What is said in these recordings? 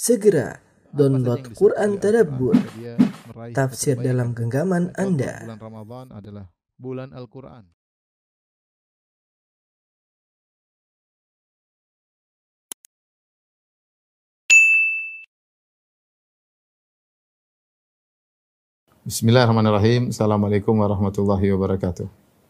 Segera download Quran Tadabbur, Dia meraih tafsir kebaikan. dalam genggaman Anda. Bulan Ramadan adalah bulan Al-Quran. Bismillahirrahmanirrahim. Assalamualaikum warahmatullahi wabarakatuh.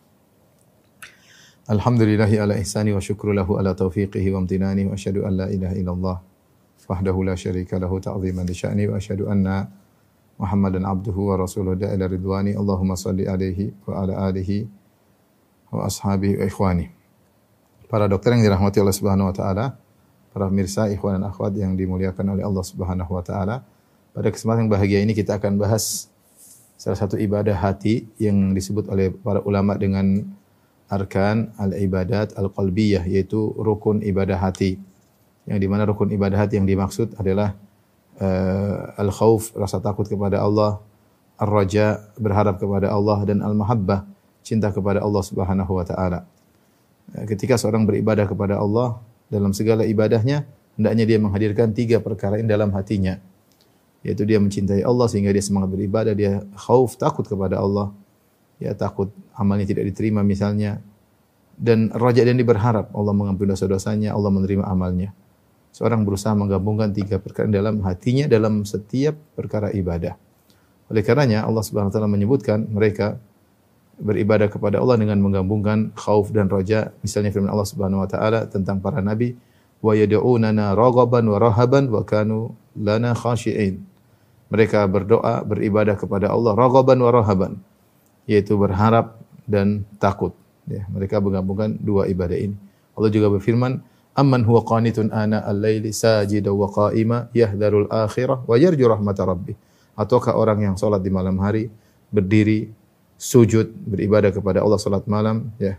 Alhamdulillahi ala ihsani wa syukru lahu ala taufiqihi wa amtinani wa asyhadu an la ilaha illallah wahdahu la syarika lahu ta'ziman li sya'ni wa asyhadu anna Muhammadan abduhu wa rasuluhu da'ila ridwani. Allahumma salli alaihi wa ala alihi wa ashabihi wa ikhwani. Para dokter yang dirahmati Allah Subhanahu wa taala, para pemirsa, ikhwan dan akhwat yang dimuliakan oleh Allah Subhanahu wa taala. Pada kesempatan yang bahagia ini kita akan bahas salah satu ibadah hati yang disebut oleh para ulama dengan arkan al-ibadat al-qalbiyah, yaitu rukun ibadah hati. Yang di mana rukun ibadah hati yang dimaksud adalah al-khauf, rasa takut kepada Allah, ar-raja, berharap kepada Allah, dan al-mahabbah, cinta kepada Allah Subhanahu wa taala. Ketika seorang beribadah kepada Allah, dalam segala ibadahnya hendaknya dia menghadirkan tiga perkara ini dalam hatinya. Yaitu dia mencintai Allah sehingga dia semangat beribadah, dia khauf, takut kepada Allah, ya takut amalnya tidak diterima misalnya, dan raja, dan dia berharap Allah mengampuni dosa-dosanya, Allah menerima amalnya. Seorang berusaha menggabungkan tiga perkara dalam hatinya dalam setiap perkara ibadah. Oleh karenanya Allah Subhanahu wa taala menyebutkan mereka beribadah kepada Allah dengan menggabungkan khauf dan raja. Misalnya firman Allah Subhanahu wa taala tentang para nabi, wa yad'unana raghaban wa rahaban wa kanu lana khashi'in. Mereka berdoa, beribadah kepada Allah raghaban wa rahaban, yaitu berharap dan takut. Ya, mereka menggabungkan dua ibadah ini. Allah juga berfirman, amman huwa qanitun ana al-laili sajidan wa qa'ima yahdharul akhirah wa yarju rahmata rabbih. Ataukah orang yang salat di malam hari, berdiri, sujud, beribadah kepada Allah salat malam, ya.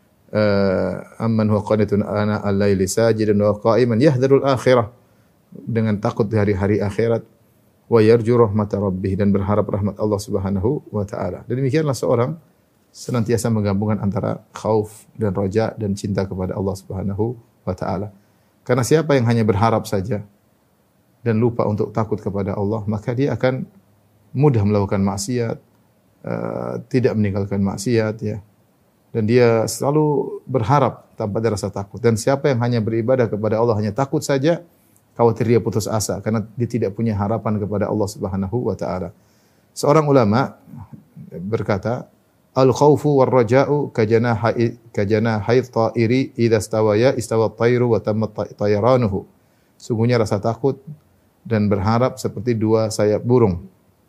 Amman huwa qanitun ana al-laili sajidan wa qa'iman yahdharul akhirah, dengan takut di hari-hari akhirat, wa yarju rahmata rabbih, dan berharap rahmat Allah Subhanahu wa taala. Dan demikianlah seorang senantiasa menggabungkan antara khauf dan raja dan cinta kepada Allah Subhanahu wa taala. Karena siapa yang hanya berharap saja dan lupa untuk takut kepada Allah, maka dia akan mudah melakukan maksiat, tidak meninggalkan maksiat, ya. Dan dia selalu berharap tanpa ada rasa takut. Dan siapa yang hanya beribadah kepada Allah, hanya takut saja, khawatir dia putus asa karena dia tidak punya harapan kepada Allah Subhanahu wa taala. Seorang ulama berkata, al-khaufu war-raja'u kajanahi ta'iri idza stawaya istawa at-tayru wa tammat tayranuhu. Sungguhnya rasa takut dan berharap seperti dua sayap burung.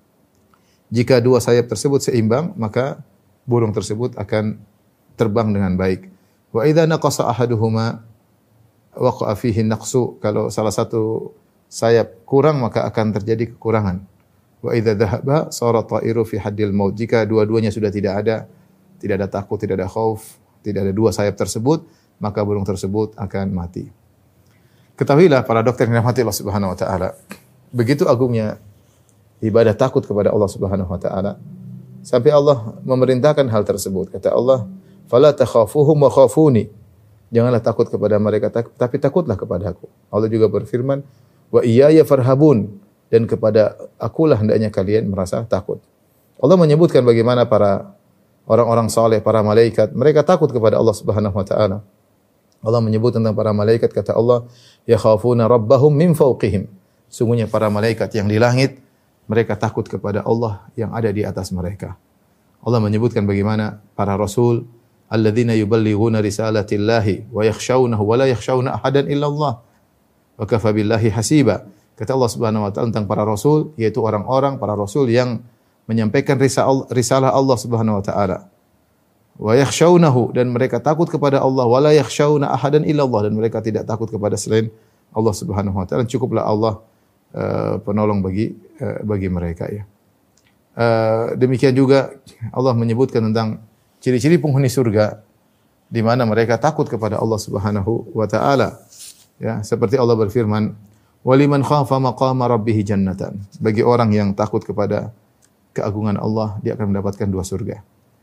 Jika dua sayap tersebut seimbang, maka burung tersebut akan terbang dengan baik. Wa idza naqasa ahaduhuma waqa'a fihi naqsu. Kalau salah satu sayap kurang, maka akan terjadi kekurangan. Wa idza dhahaba sara ta'iru fi haddil maut. Jika dua-duanya sudah tidak ada takut, tidak ada khauf, tidak ada dua sayap tersebut, maka burung tersebut akan mati. Ketahuilah para dokter yang dirahmati Allah Subhanahu wa taala, begitu agungnya ibadah takut kepada Allah Subhanahu wa taala sampai Allah memerintahkan hal tersebut. Kata Allah, "Fala takhafuhum wa khafuni." Janganlah takut kepada mereka, tapi takutlah kepadaku. Allah juga berfirman, wa iyaya farhabun, dan kepada akulah hendaknya kalian merasa takut. Allah menyebutkan bagaimana para orang-orang saleh, para malaikat, mereka takut kepada Allah Subhanahu wa taala. Allah menyebut tentang para malaikat, kata Allah, yakhafuna rabbahum min fawqihim. Sungguhnya para malaikat yang di langit, mereka takut kepada Allah yang ada di atas mereka. Allah menyebutkan bagaimana para rasul, alladzina yuballighuna risalatillahi wa yakhshawnahu wa la yakhshawna ahadan illa Allah wa kafa billahi hasiba. Kata Allah Subhanahu wa taala tentang para rasul, yaitu orang-orang para rasul yang menyampaikan risalah Allah Subhanahu wa taala. Wa yakhshawnahu, dan mereka takut kepada Allah, wa la yakhshawna ahadan illa Allah, dan mereka tidak takut kepada selain Allah Subhanahu wa taala. Cukuplah Allah penolong bagi mereka, ya. Demikian juga Allah menyebutkan tentang ciri-ciri penghuni surga di mana mereka takut kepada Allah Subhanahu wa taala. Ya, seperti Allah berfirman, "Waliman khafa maqama rabbih jannatan." Bagi orang yang takut kepada keagungan Allah, dia akan mendapatkan dua surga.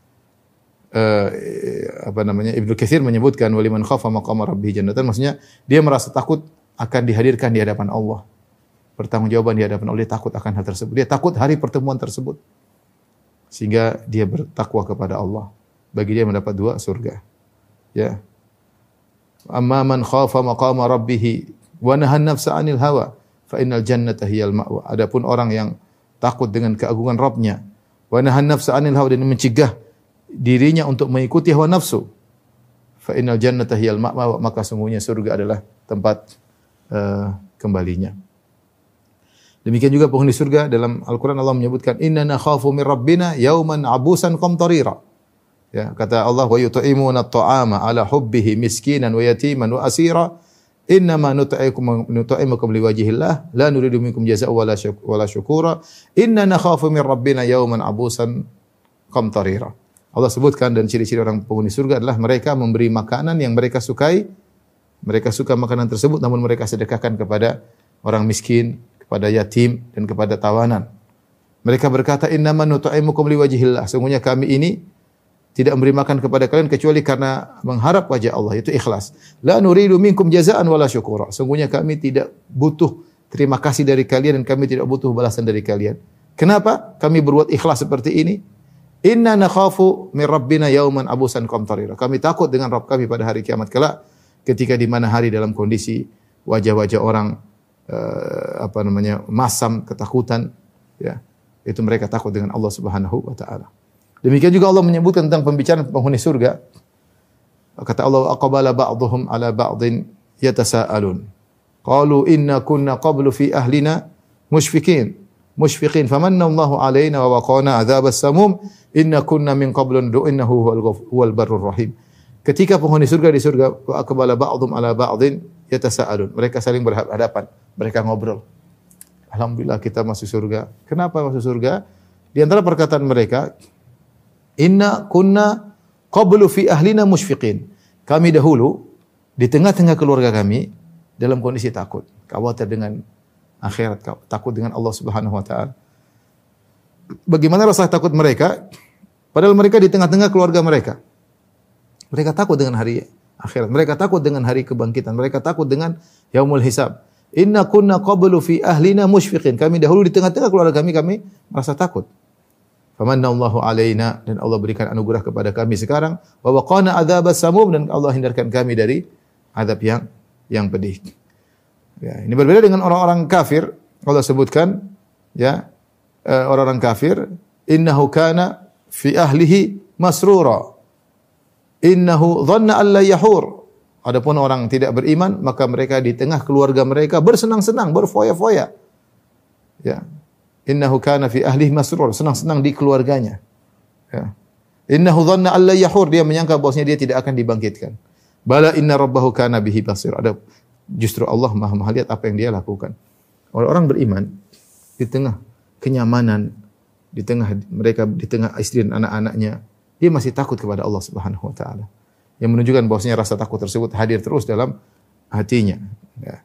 Ibnu Katsir menyebutkan waliman khafa maqama rabbih jannatan, maksudnya dia merasa takut akan dihadirkan di hadapan Allah. pertanggungjawaban di hadapan Allah, dia takut akan hal tersebut. Dia takut hari pertemuan tersebut. Sehingga dia bertakwa kepada Allah. Bagi dia mendapat 2 surga. Ya. Amma man khafa maqama rabbih wa nahan nafsa 'anil hawa fa innal jannata hiyal ma'wa. Adapun orang yang takut dengan keagungan Rabb-nya, wa nahan nafsa 'anil hawa, dan mencegah dirinya untuk mengikuti hawa nafsu, fa innal jannata hiyal ma'wa, maka sungguhnya surga adalah tempat kembalinya. Demikian juga penghuni surga, dalam Al-Quran Allah menyebutkan, inna nakhafu min rabbina yauman abusan qamtarira. Ya, kata Allah, wa yut'imuna at-ta'ama ala hubbihi miskinan wa yatiman wa asira, innama nut'imukum liwajhillah la nuridu minkum jazaa'an wala syukura, inna nakhafu min rabbina yauman abusan qamtarira. Allah sebutkan, dan ciri-ciri orang penghuni surga adalah mereka memberi makanan yang mereka sukai. Mereka suka makanan tersebut, namun mereka sedekahkan kepada orang miskin, kepada yatim, dan kepada tawanan. Mereka berkata, innama nut'imukum liwajhillah. Sungguhnya kami ini tidak memberi makan kepada kalian kecuali karena mengharap wajah Allah, itu ikhlas. La nuridu minkum jazaa'an wala syukura. Sungguhnya kami tidak butuh terima kasih dari kalian, dan kami tidak butuh balasan dari kalian. Kenapa kami berbuat ikhlas seperti ini? Inna nakhafu min rabbina yauman abusan qamtarira. Kami takut dengan Rabb kami pada hari kiamat kelak, ketika di mana hari dalam kondisi wajah-wajah orang masam, ketakutan, ya. Itu mereka takut dengan Allah Subhanahu wa taala. Demikian juga Allah menyebutkan tentang pembicaraan penghuni surga. Kata Allah, aqbala ba'dhum ala ba'dhin yatasaalun. Qalu inna kunna qablu fi ahlina mushfiqin famanna Allahu alaina wa waqana adzabas samum inna kunna min qablu innahu huwal barrur rahim. Ketika penghuni surga di surga, wa aqbala ba'dhum ala ba'dhin yatasaalun. Mereka saling berhadapan, mereka ngobrol. Alhamdulillah kita masuk surga. Kenapa masuk surga? Di antara perkataan mereka, inna kunna qablu fi ahlina musyfiqin. Kami dahulu di tengah-tengah keluarga kami dalam kondisi takut, khawatir dengan akhirat, takut dengan Allah Subhanahu wa taala. Bagaimana rasa takut mereka? Padahal mereka di tengah-tengah keluarga mereka. Mereka takut dengan hari akhirat. Mereka takut dengan hari kebangkitan. Mereka takut dengan yaumul hisab. Inna kunna qablu fi ahlina musyfiqin. Kami dahulu di tengah-tengah keluarga kami merasa takut. Famanna Allahu alaina, dan Allah berikan anugerah kepada kami sekarang. Wa waqana adzabas samum, dan Allah hindarkan kami dari azab yang pedih. Ya, ini berbeda dengan orang-orang kafir. Allah sebutkan, ya, orang-orang kafir, innahu kana fi ahlihi masrura. Innahu dhanna an la yahur. Adapun orang tidak beriman, maka mereka di tengah keluarga mereka bersenang-senang, berfoya-foya. Ya. Innahu kana fi ahlihi masrur, senang-senang di keluarganya. Ya. Innahu dhanna an la yahur, dia menyangka bahwasanya dia tidak akan dibangkitkan. Bala inna rabbahu kana bihi basir. Ada justru Allah Maha lihat apa yang dia lakukan. Orang-orang beriman di tengah kenyamanan, di tengah istri dan anak-anaknya, dia masih takut kepada Allah Subhanahu wa taala. Yang menunjukkan bahwasanya rasa takut tersebut hadir terus dalam hatinya. Ya.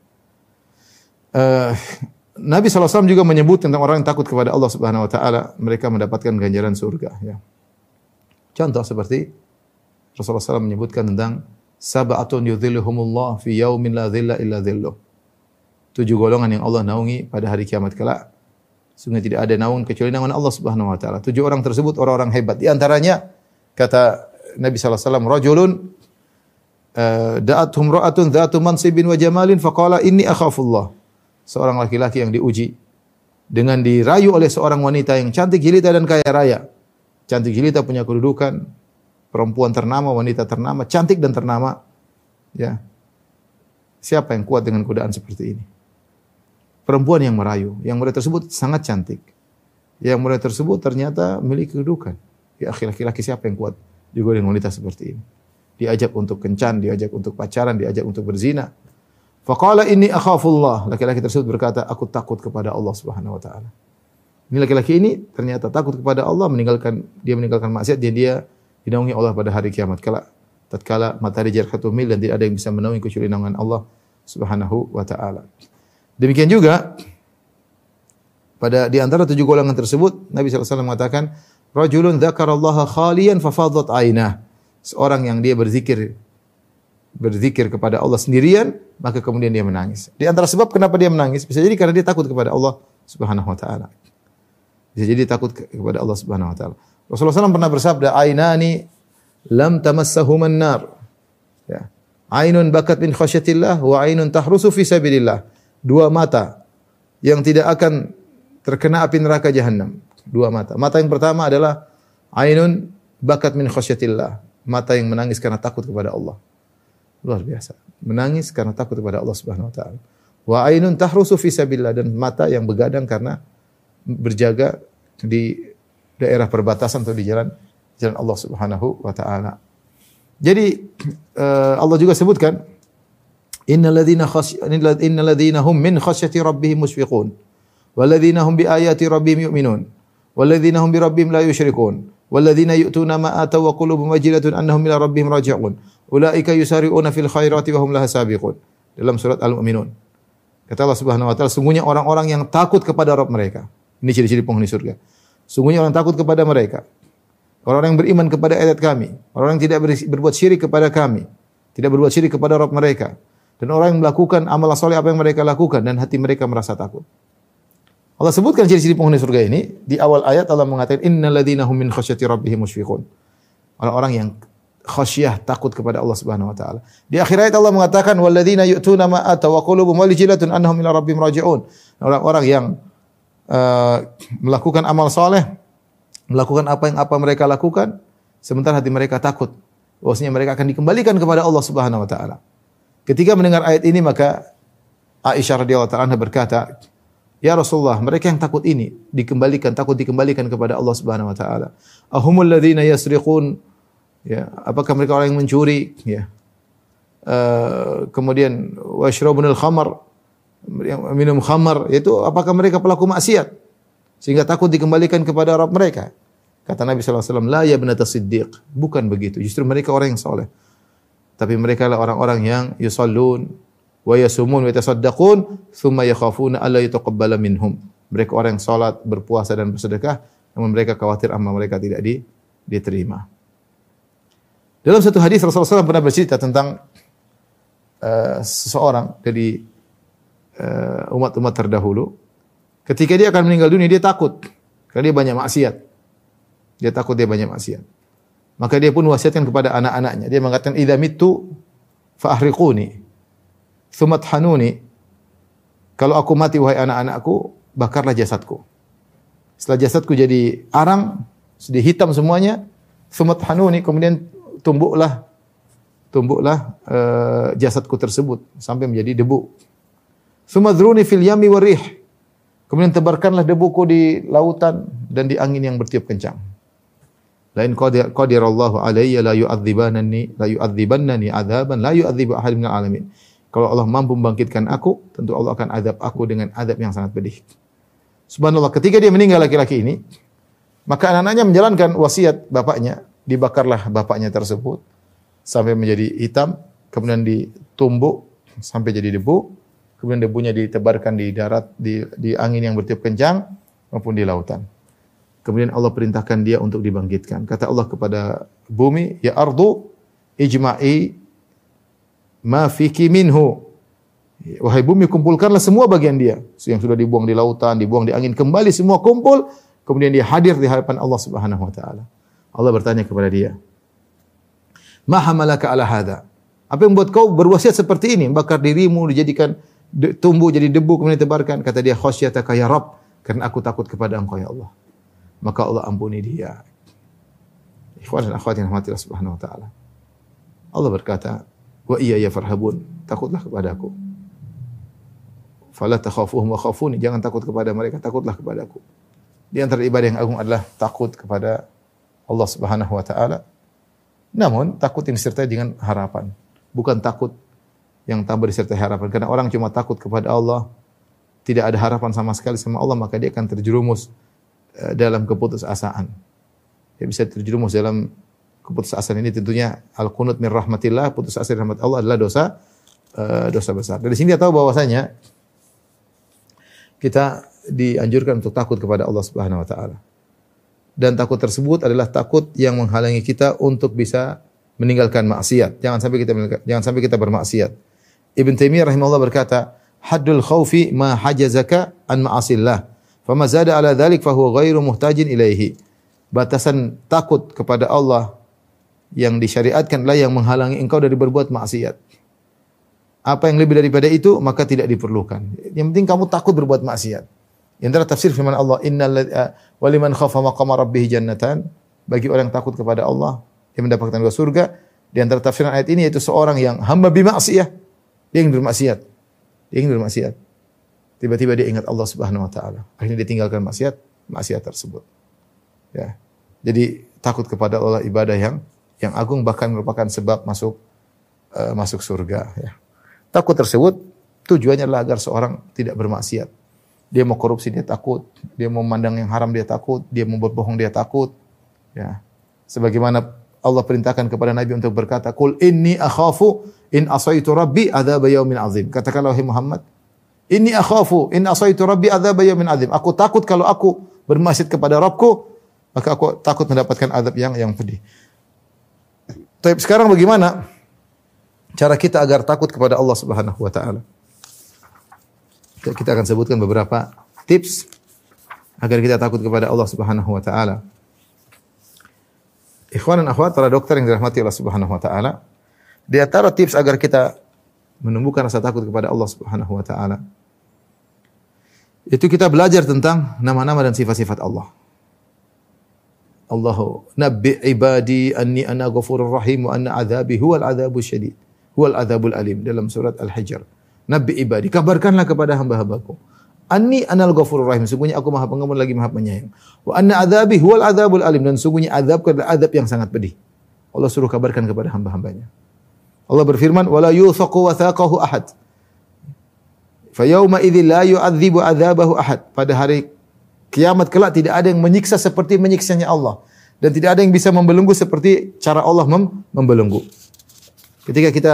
Nabi SAW juga menyebut tentang orang yang takut kepada Allah Subhanahu wa taala, mereka mendapatkan ganjaran surga, ya. Contoh seperti Rasulullah SAW menyebutkan tentang sab'atun yudhilluhumullah fi yaumin la dhilla illa dhilluh. 7 golongan yang Allah naungi pada hari kiamat kelak. Sungguh tidak ada naungan kecuali naungan Allah Subhanahu wa taala. 7 orang tersebut orang-orang hebat. Di antaranya kata Nabi sallallahu alaihi wasallam, rajulun da'athum ra'atun dhatu mansibin wa jamalin faqala inni akhafullah. Seorang laki-laki yang diuji dengan dirayu oleh seorang wanita yang cantik jelita dan kaya raya. Cantik jelita, punya kedudukan, perempuan ternama, wanita ternama, cantik dan ternama. Ya. Siapa yang kuat dengan godaan seperti ini? Perempuan yang merayu, yang muda tersebut sangat cantik. Yang muda tersebut ternyata memiliki kedudukan. Ya, laki-laki siapa yang kuat juga dengan wanita seperti ini? Diajak untuk kencan, diajak untuk pacaran, diajak untuk berzina. Faqala inni akhafullah. Laki-laki tersebut berkata, aku takut kepada Allah Subhanahu wa taala. Ini laki-laki ini ternyata takut kepada Allah, meninggalkan maksiat, dia dinaungi Allah pada hari kiamat kala. Tatkala matahari jarak 1 mil dan tidak ada yang bisa menaungi kecuali naungan Allah Subhanahu wa taala. Demikian juga pada di antara 7 golongan tersebut Nabi sallallahu alaihi wasallam mengatakan, rajulun dzakarallaha khaliyan fafadat ainah. Seorang yang dia berzikir berzikir kepada Allah sendirian, maka kemudian dia menangis. Di antara sebab kenapa dia menangis, bisa jadi karena dia takut kepada Allah Subhanahu wa taala. Bisa jadi takut kepada Allah Subhanahu wa taala. Rasulullah SAW pernah bersabda, "Ainani lam tamassahuman nar." Ya. Ainun bakat min khasyatillah wa ainun tahrusu fi sabilillah. Dua mata yang tidak akan terkena api neraka jahanam. Dua mata. Mata yang pertama adalah ainun bakat min khasyatillah. Mata yang menangis karena takut kepada Allah. Luar biasa. Menangis karena takut kepada Allah Subhanahu wa taala. Wa ainun tahrusu fi sabilillah, dan mata yang begadang karena berjaga di daerah perbatasan atau di jalan Allah Subhanahu wa taala. Jadi Allah juga sebutkan innalladzina hum min khasyati rabbihim mushfiqun walladzina hum biayati rabbihim yu'minun walladzina hum bi rabbihim la yusyrikun walladzina yu'tuna ma ataw wa qulubuhum wajilatun annahum ila rabbihim raji'un ulaika yusari'una fil khairati wa hum laha sabiqun. Dalam surat Al-Mu'minun. Kata Allah Subhanahu wa taala, sungguhnya orang-orang yang takut kepada Rabb mereka. Ini ciri-ciri penghuni surga. Sungguhnya orang takut kepada mereka. Orang-orang yang beriman kepada ayat kami, orang yang tidak berbuat syirik kepada kami, tidak berbuat syirik kepada Rabb mereka, dan orang yang melakukan amal saleh apa yang mereka lakukan dan hati mereka merasa takut. Allah sebutkan ciri-ciri penghuni surga ini di awal ayat. Allah mengatakan innalladzina hum min khasyati rabbihim mushfiqun. Orang-orang yang khasyah, takut kepada Allah Subhanahu wa taala. Di akhir ayat Allah mengatakan walladzina yu'tuna ma ataw wa qulubuhum wajilatun annahum ila rabbihim raji'un. Orang-orang yang melakukan amal saleh, melakukan apa mereka lakukan, sementara hati mereka takut bahwasanya mereka akan dikembalikan kepada Allah Subhanahu wa taala. Ketika mendengar ayat ini, maka Aisyah radhiyallahu taala berkata, "Ya Rasulullah, mereka yang takut ini takut dikembalikan kepada Allah Subhanahu wa taala. Ahumul ladzina yasriqun?" Ya, apakah mereka orang yang mencuri, ya. Kemudian wasyrabunal khamar, yang minum khamar, yaitu apakah mereka pelaku maksiat sehingga takut dikembalikan kepada Rabb mereka? Kata Nabi sallallahu alaihi wasallam, "La ya ibnata Siddiq." Bukan begitu. Justru mereka orang yang saleh. Tapi mereka adalah orang-orang yang yusallun wa yasumun wa yatasaddaqun, thumma yakhafuna alla yutaqabbala minhum. Mereka orang yang salat, berpuasa dan bersedekah, namun mereka khawatir amal mereka tidak diterima. Dalam satu hadis Rasulullah SAW pernah bercerita tentang seseorang dari umat-umat terdahulu. Ketika dia akan meninggal dunia, dia takut karena dia banyak maksiat. Dia takut dia banyak maksiat. Maka dia pun wasiatkan kepada anak-anaknya. Dia mengatakan, "Idza mittu fa ahriquni, tsumma thanuni." Kalau aku mati wahai anak-anakku, bakarlah jasadku. Setelah jasadku jadi arang, sudah hitam semuanya, tsumma thanuni, kemudian tumbuklah jasadku tersebut sampai menjadi debu. Tsumma dzruni fil yami warih. Kemudian tebarkanlah debuku di lautan dan di angin yang bertiup kencang. Lain qadirallahu alayya la yu'adzibannani adzaban la yu'adzibu ahad minal alamin. Kalau Allah mampu membangkitkan aku, tentu Allah akan azab aku dengan azab yang sangat pedih. Subhanallah, ketika dia meninggal laki-laki ini, maka anak-anaknya menjalankan wasiat bapaknya, dibakarlah bapaknya tersebut sampai menjadi hitam, kemudian ditumbuk sampai jadi debu, kemudian debunya ditebarkan di darat, di angin yang bertiup kencang maupun di lautan. Kemudian Allah perintahkan dia untuk dibangkitkan. Kata Allah kepada bumi, "Ya ardu ijma'i ma fiki minhu." Wahai bumi, kumpulkanlah semua bagian dia. Yang sudah dibuang di lautan, dibuang di angin, kembali semua kumpul. Kemudian dia hadir di hadapan Allah Subhanahu wa taala. Allah bertanya kepada dia, "Ma hamalaka ala hadha?" Apa yang membuat kau berwasiat seperti ini? Bakar dirimu, dijadikan tumbuh jadi debu, kemudian ditebarkan. Kata dia, "Khasyataka ya Rabb." Karena aku takut kepada Engkau ya Allah. Maka Allah ampuni dia. Ikhwan dan akhwat yang dirahmati Allah Subhanahu wa taala. Allah berkata, "Wa iyaya farhabun." Takutlah kepadaku. Fala takhafuhum wa khafuni. Jangan takut kepada mereka, takutlah kepadaku. Di antara ibadah yang agung adalah takut kepada Allah Subhanahu wa taala. Namun takut yang disertai dengan harapan, bukan takut yang tanpa disertai harapan. Karena orang cuma takut kepada Allah, tidak ada harapan sama sekali sama Allah, maka dia akan terjerumus dalam keputusasaan. Dia bisa terjerumus dalam keputusasaan ini. Tentunya al-qunut min rahmatillah, putus asa dari rahmat Allah adalah dosa besar. Dari sini kita tahu bahwasanya kita dianjurkan untuk takut kepada Allah Subhanahu wa taala. Dan takut tersebut adalah takut yang menghalangi kita untuk bisa meninggalkan maksiat. Jangan sampai kita bermaksiat. Ibn Taimiyah rahimahullah berkata, haddul khaufi ma hajazaka an ma'asillah. Fama zada ala dhalik fahuwa ghairu muhtajin ilaihi. Batasan takut kepada Allah yang disyariatkan adalah yang menghalangi engkau dari berbuat maksiat. Apa yang lebih daripada itu maka tidak diperlukan. Yang penting kamu takut berbuat maksiat. Di antara tafsir firman Allah, waliman khafa maqama rabbih jannatan, bagi orang yang takut kepada Allah yang mendapatkan surga. Di antara tafsiran ayat ini yaitu seorang yang hamba bimaksiyah, dia ingin bermaksiat. Tiba-tiba dia ingat Allah Subhanahu wa taala. Akhirnya dia tinggalkan maksiat tersebut. Ya. Jadi takut kepada Allah ibadah yang agung, bahkan merupakan sebab masuk surga, ya. Takut tersebut tujuannya adalah agar seorang tidak bermaksiat. Dia mau korupsi dia takut, dia mau memandang yang haram dia takut, dia mau berbohong dia takut. Ya. Sebagaimana Allah perintahkan kepada Nabi untuk berkata, "Qul inni akhafu in asaitu rabbi adzab yaumin azim." Katakanlah wahai Muhammad, "Inni akhafu in asaitu rabbi adzab yaumin azim." Aku takut kalau aku bermaksiat kepada Rabbku, maka aku takut mendapatkan azab yang pedih. Tapi sekarang bagaimana cara kita agar takut kepada Allah Subhanahu wa taala? Kita akan sebutkan beberapa tips agar kita takut kepada Allah Subhanahu wa taala. Ikhwan dan akhwat, para dokter yang dirahmati Allah Subhanahu wa taala, di antara tips agar kita menumbuhkan rasa takut kepada Allah Subhanahu wa taala, itu kita belajar tentang nama-nama dan sifat-sifat Allah. Allahu nabbi ibadi anni ana ghafurur rahim wa anna adzabi huwal adzabus syadid. Huwal adzabul alim dalam surat Al-Hijr. Nabbi ibadi, kabarkanlah kepada hamba-hambaku. Anni anal ghafurur rahim, sungguhnya aku Maha Pengampun lagi Maha Penyayang. Wa anna adzabi huwal adzabul alim, dan sungguhnya azabku adalah azab yang sangat pedih. Allah suruh kabarkan kepada hamba-hambanya. Allah berfirman, "Wala yuthaqu wathaqahu ahad." Fa yauma idzil la yu'adzibu adzabahu ahad. Pada hari kiamat kelak tidak ada yang menyiksa seperti menyiksanya Allah, dan tidak ada yang bisa membelenggu seperti cara Allah membelenggu. Ketika kita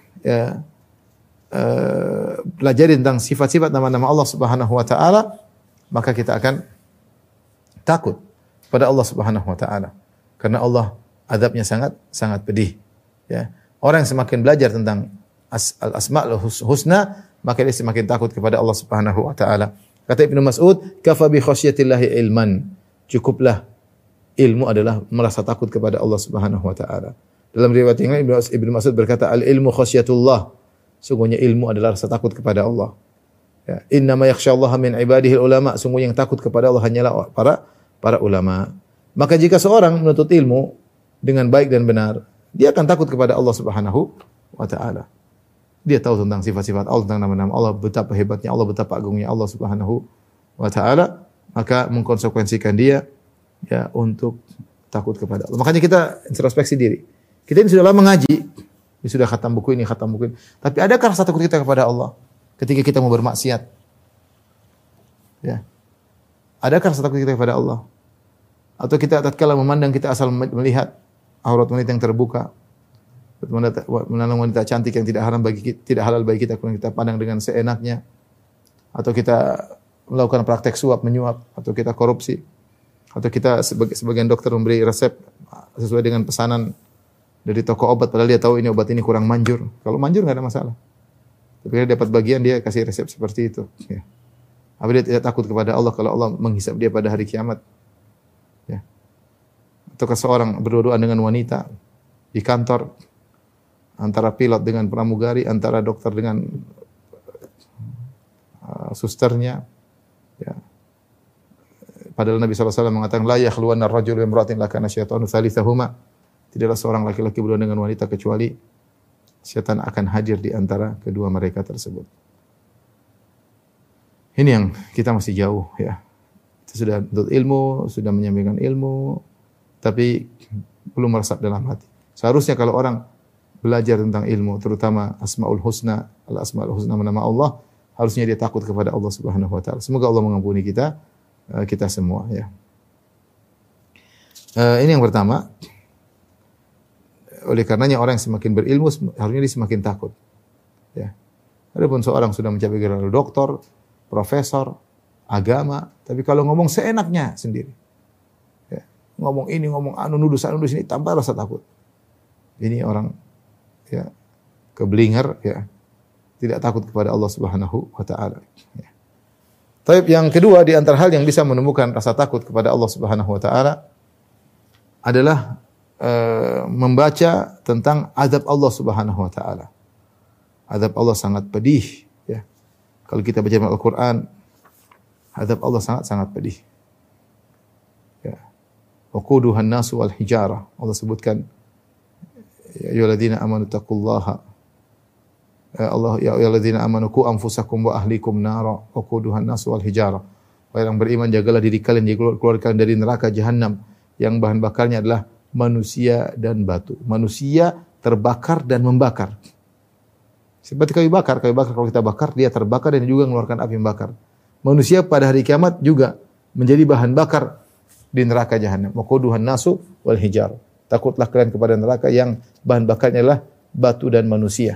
pelajari tentang sifat-sifat nama-nama Allah Subhanahu wa taala, maka kita akan takut pada Allah Subhanahu wa taala. Karena Allah azabnya sangat pedih, ya. Orang yang semakin belajar tentang al-asmaul husna, maka dia semakin takut kepada Allah Subhanahu wa taala. Kata Ibnu Mas'ud, "Kafa bi khasyatillahi ilman." Cukuplah ilmu adalah merasa takut kepada Allah Subhanahu wa taala. Dalam riwayat yang lain Ibnu Mas'ud berkata, "Al-ilmu khasyatullah." Sungguhnya ilmu adalah rasa takut kepada Allah. Ya, innama yakhsyallaha min ibadihi ulama. Sungguhnya yang takut kepada Allah hanyalah para ulama. Maka jika seorang menuntut ilmu dengan baik dan benar, dia akan takut kepada Allah Subhanahu wa taala. Dia tahu tentang sifat-sifat Allah, tentang nama-nama Allah, betapa hebatnya Allah, betapa agungnya Allah Subhanahu wa taala, maka mengkonsekuensikan dia ya untuk takut kepada Allah. Makanya kita introspeksi diri. Kita ini sudah lama ngaji, ini sudah khatam buku ini. Tapi adakah rasa takut kita kepada Allah ketika kita mau bermaksiat? Ya. Adakah rasa takut kita kepada Allah? Atau kita tatkala memandang, kita asal melihat aurat wanita yang terbuka, menandang wanita cantik yang tidak halal bagi kita, kemudian kita pandang dengan seenaknya, atau kita melakukan praktek suap menyuap, atau kita korupsi, atau kita sebagian dokter memberi resep sesuai dengan pesanan dari toko obat, padahal dia tahu ini obat ini kurang manjur. Kalau manjur nggak ada masalah. Tapi dia dapat bagian, dia kasih resep seperti itu. Ya. Apa dia tidak takut kepada Allah kalau Allah menghisab dia pada hari kiamat? Ya. Atau seorang berdua-duaan dengan wanita di kantor, antara pilot dengan pramugari, antara dokter dengan susternya. Ya. Padahal Nabi SAW mengatakan, la yakhluwanna ar-rajulu bi imra'atin lakana syaitanu thalithahuma. Tidaklah seorang laki-laki berduaan dengan wanita kecuali syaitan akan hadir di antara kedua mereka tersebut. Ini yang kita masih jauh, ya. Kita sudah menuntut ilmu, sudah menyampaikan ilmu, tapi belum meresap dalam hati. Seharusnya kalau orang belajar tentang ilmu, terutama Asmaul Husna, Al-Asmaul Husna, nama Allah, harusnya dia takut kepada Allah Subhanahu wa taala. Semoga Allah mengampuni kita semua, ya. Ini yang pertama. Oleh karenanya orang yang semakin berilmu harusnya dia semakin takut. Ya. Adapun seorang sudah mencapai gelar doktor, profesor, agama, tapi kalau ngomong seenaknya sendiri. Ya. Ngomong ini, ngomong anu, nuduh sana, nuduh sini, tanpa rasa takut. ini orang ya keblinger ya, tidak takut kepada Allah Subhanahu wa taala. Ya. Tapi yang kedua di antara hal yang bisa menumbuhkan rasa takut kepada Allah Subhanahu wa taala adalah membaca tentang azab Allah Subhanahu wa taala. Azab Allah sangat pedih ya. Kalau kita baca Al-Qur'an, azab Allah sangat pedih. Ya. Waquduhan nasu wal hijarah. Allah sebutkan ya ayyuhalladzina amanu taqullaha. Allah ya ayyuhalladzina amanu qu anfusakum wa ahlikum nara waquduhan nasu wal hijarah. Wahai yang beriman, jagalah diri kalian, keluarkan dari neraka jahanam yang bahan bakarnya adalah manusia dan batu. Manusia terbakar dan membakar. Seperti kayu bakar kalau kita bakar dia terbakar dan juga mengeluarkan api membakar. Manusia pada hari kiamat juga menjadi bahan bakar di neraka jahanam. Waquduhan nasu wal hijar. Takutlah kalian kepada neraka yang bahan bakarnya adalah batu dan manusia.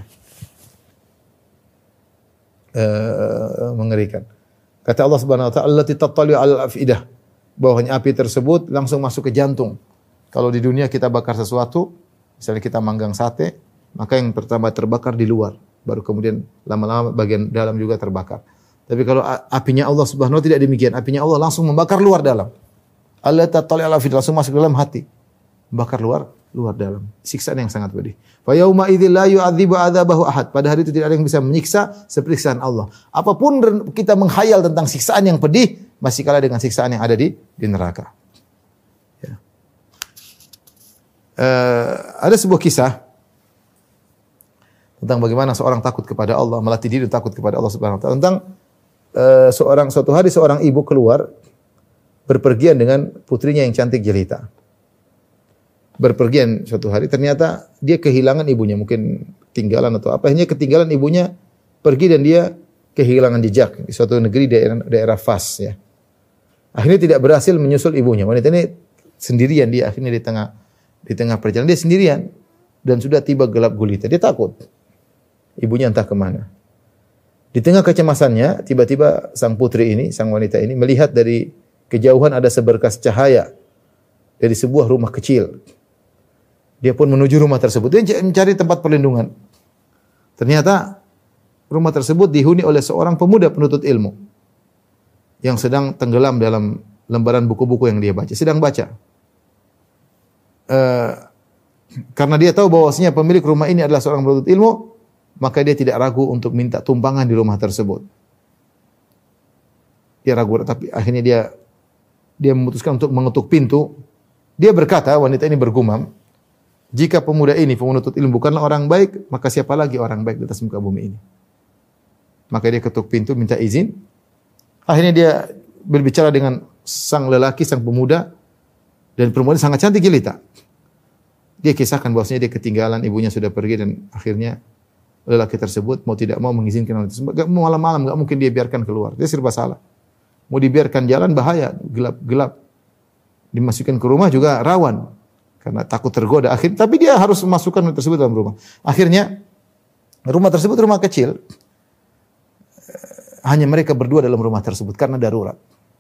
Mengerikan. Kata Allah Subhanahu wa taala, "Allati tattali'u 'alal afidah." Bahwanya api tersebut langsung masuk ke jantung. Kalau di dunia kita bakar sesuatu, misalnya kita manggang sate, maka yang pertama terbakar di luar, baru kemudian lama-lama bagian dalam juga terbakar. Tapi kalau apinya Allah Subhanahu wa taala tidak demikian, apinya Allah langsung membakar luar dalam. Allah tattali'u 'alal afidah, langsung masuk ke dalam hati. Bakar luar dalam. Siksaan yang sangat pedih. Fa yauma idzil la yu'adzibu 'adzabahu ahad. Pada hari itu tidak ada yang bisa menyiksa seperti siksaan Allah. Apapun kita menghayal tentang siksaan yang pedih, masih kalah dengan siksaan yang ada di neraka. Ya. Ada sebuah kisah tentang bagaimana seorang takut kepada Allah, melatih diri takut kepada Allah Subhanahu wa taala. Tentang suatu hari seorang ibu keluar berpergian dengan putrinya yang cantik jelita. Berpergian suatu hari, ternyata dia kehilangan ibunya, mungkin tinggalan atau apa. Akhirnya ketinggalan ibunya, pergi dan dia kehilangan jejak di suatu negeri daerah Fas ya. Akhirnya tidak berhasil menyusul ibunya. Wanita ini sendirian, dia akhirnya di tengah perjalanan dia sendirian dan sudah tiba gelap gulita. Dia takut. Ibunya entah kemana. Di tengah kecemasannya, tiba-tiba sang putri ini, sang wanita ini melihat dari kejauhan ada seberkas cahaya dari sebuah rumah kecil. Dia pun menuju rumah tersebut. Dia mencari tempat perlindungan. Ternyata rumah tersebut dihuni oleh seorang pemuda penuntut ilmu yang sedang tenggelam dalam lembaran buku-buku yang dia baca. Sedang baca. Karena dia tahu bahwasanya pemilik rumah ini adalah seorang penuntut ilmu, maka dia tidak ragu untuk minta tumpangan di rumah tersebut. Dia ragu, tapi akhirnya dia memutuskan untuk mengetuk pintu. Dia berkata, wanita ini bergumam, jika pemuda ini, penuntut ilmu bukanlah orang baik, maka siapa lagi orang baik di atas muka bumi ini? Maka dia ketuk pintu, minta izin. Akhirnya dia berbicara dengan sang lelaki, sang pemuda, dan perempuan sangat cantik jelita. Dia kisahkan bahwasanya dia ketinggalan, ibunya sudah pergi, dan akhirnya lelaki tersebut mau tidak mau mengizinkan wanita tersebut. Malam-malam enggak mungkin dia biarkan keluar. Dia serba salah. Mau dibiarkan jalan bahaya, gelap-gelap. Dimasukkan ke rumah juga rawan karena takut tergoda. Tapi dia harus memasukkan wanita tersebut dalam rumah. Akhirnya rumah tersebut rumah kecil. Hanya mereka berdua dalam rumah tersebut karena darurat.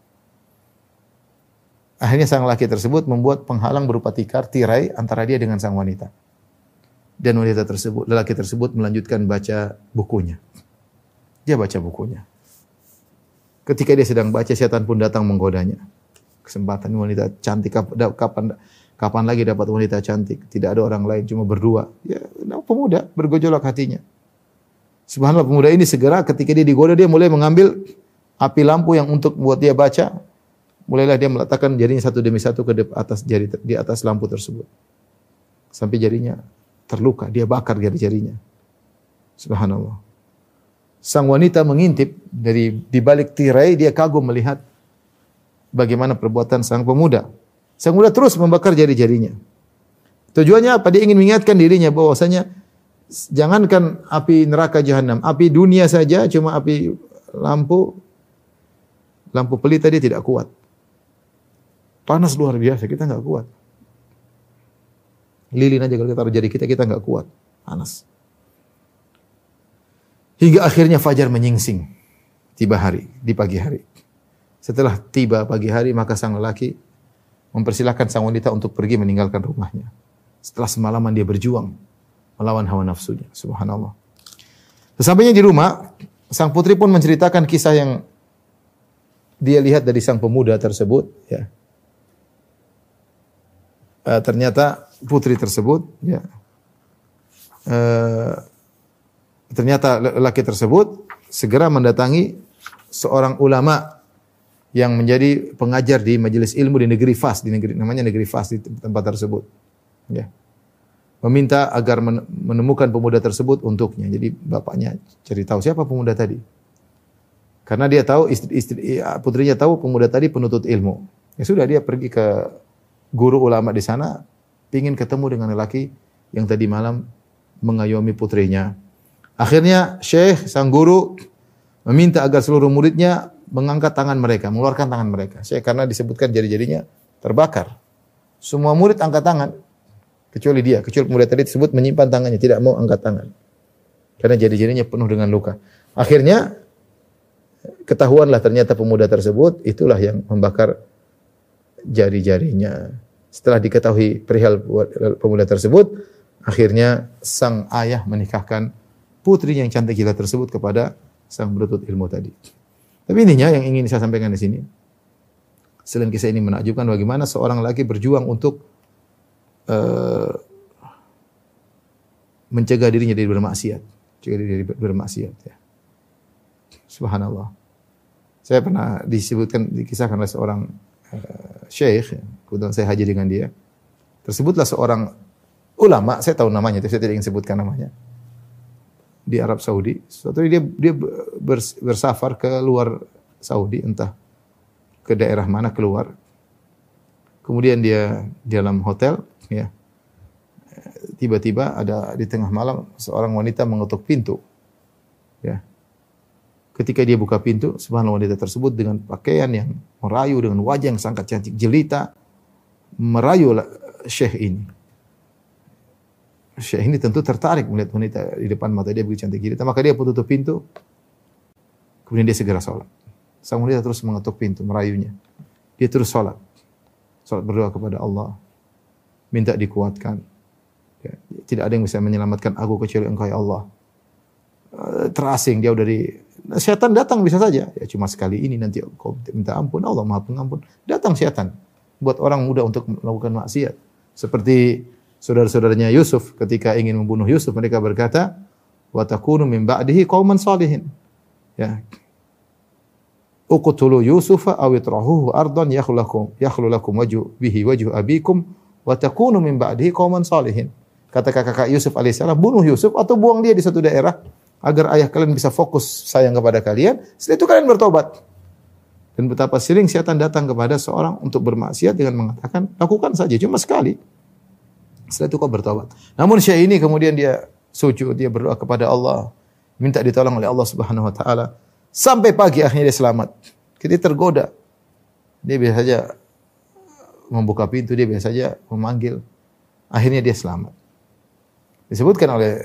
Akhirnya sang laki tersebut membuat penghalang berupa tikar, tirai antara dia dengan sang wanita. Dan wanita tersebut, lelaki tersebut melanjutkan baca bukunya. Dia baca bukunya. Ketika dia sedang baca, setan pun datang menggodanya. Kesempatan wanita cantik, kapan lagi dapat wanita cantik? Tidak ada orang lain, cuma berdua. Ya, pemuda bergejolak hatinya. Subhanallah, pemuda ini segera ketika dia digoda, dia mulai mengambil api lampu yang untuk buat dia baca. Mulailah dia meletakkan jarinya satu demi satu di atas lampu tersebut. Sampai jarinya terluka, dia bakar jari-jarinya. Subhanallah. Sang wanita mengintip di balik tirai, dia kagum melihat bagaimana perbuatan sang pemuda. Sang pemuda terus membakar jari-jarinya. Tujuannya apa? Dia ingin mengingatkan dirinya bahwasanya jangankan api neraka jahanam, api dunia saja cuma api lampu pelita dia tidak kuat. Panas luar biasa, kita enggak kuat. Lilin aja kalau kita taruh jari kita enggak kuat. Panas. Hingga akhirnya fajar menyingsing. Tiba hari, di pagi hari. Setelah tiba pagi hari, maka sang lelaki mempersilahkan sang wanita untuk pergi meninggalkan rumahnya. Setelah semalaman dia berjuang melawan hawa nafsunya. Subhanallah. Sesampainya di rumah, sang putri pun menceritakan kisah yang dia lihat dari sang pemuda tersebut. Ya. Ternyata putri tersebut, ya, ternyata lelaki tersebut segera mendatangi seorang ulama yang menjadi pengajar di majelis ilmu di negeri Fas, namanya negeri Fas di tempat tersebut. Ya. Meminta agar menemukan pemuda tersebut untuknya. Jadi bapaknya cari tahu siapa pemuda tadi. Karena dia tahu putrinya tahu pemuda tadi penuntut ilmu. Ya sudah, dia pergi ke guru ulama di sana, ingin ketemu dengan lelaki yang tadi malam mengayomi putrinya. Akhirnya Syekh sang guru meminta agar seluruh muridnya mengangkat tangan mereka, mengeluarkan tangan mereka. Karena disebutkan jari-jarinya terbakar. Semua murid angkat tangan, kecuali dia. Kecuali murid tadi tersebut menyimpan tangannya, tidak mau angkat tangan. Karena jari-jarinya penuh dengan luka. Akhirnya, ketahuanlah ternyata pemuda tersebut, itulah yang membakar jari-jarinya. Setelah diketahui perihal pemuda tersebut, akhirnya sang ayah menikahkan putrinya yang cantik gila tersebut kepada sang penuntut ilmu tadi. Tapi intinya yang ingin saya sampaikan di sini, selain kisah ini menakjubkan bagaimana seorang laki berjuang untuk mencegah dirinya dari bermaksiat, ya. Subhanallah. Saya pernah dikisahkan oleh seorang syekh, kebetulan saya haji dengan dia. Tersebutlah seorang ulama, saya tahu namanya, tapi saya tidak ingin sebutkan namanya. Di Arab Saudi, suatu hari dia bersafar ke luar Saudi, entah ke daerah mana keluar. Kemudian dia di dalam hotel, ya. Tiba-tiba ada di tengah malam seorang wanita mengetuk pintu. Ya. Ketika dia buka pintu, subhanallah, wanita tersebut dengan pakaian yang merayu, dengan wajah yang sangat cantik jelita, merayu syekh ini. Syekh ini tentu tertarik melihat wanita di depan mata dia begitu cantik jelita, maka dia pun tutup pintu. Kemudian dia segera sholat. Sang wanita terus mengetuk pintu, merayunya. Dia terus sholat. Sholat berdoa kepada Allah. Minta dikuatkan. Ya, tidak ada yang bisa menyelamatkan aku kecuali Engkau ya Allah. Terasing dia dari setan datang bisa saja. Ya cuma sekali ini, nanti kau minta ampun, Allah Maha Pengampun. Datang setan buat orang muda untuk melakukan maksiat. Seperti saudara-saudaranya Yusuf ketika ingin membunuh Yusuf, mereka berkata, wa takunu min ba'dihi qauman shalihin. Ya. Uqtulu Yusufa aw itrahuhu ardan yakhlu lakum wajhu abikum wa takunu min ba'dihi qauman shalihin. Kata kakak Yusuf alaihissalam, bunuh Yusuf atau buang dia di suatu daerah agar ayah kalian bisa fokus sayang kepada kalian. Setelah itu kalian bertobat. Dan betapa sering setan datang kepada seorang untuk bermaksiat dengan mengatakan, lakukan saja cuma sekali. Setelah itu kau bertobat. Namun syekh ini kemudian dia sujud, dia berdoa kepada Allah, minta ditolong oleh Allah Subhanahu wa taala. Sampai pagi akhirnya dia selamat. Ketika tergoda, dia biasa saja membuka pintu, dia biasa saja memanggil. Akhirnya dia selamat. Disebutkan oleh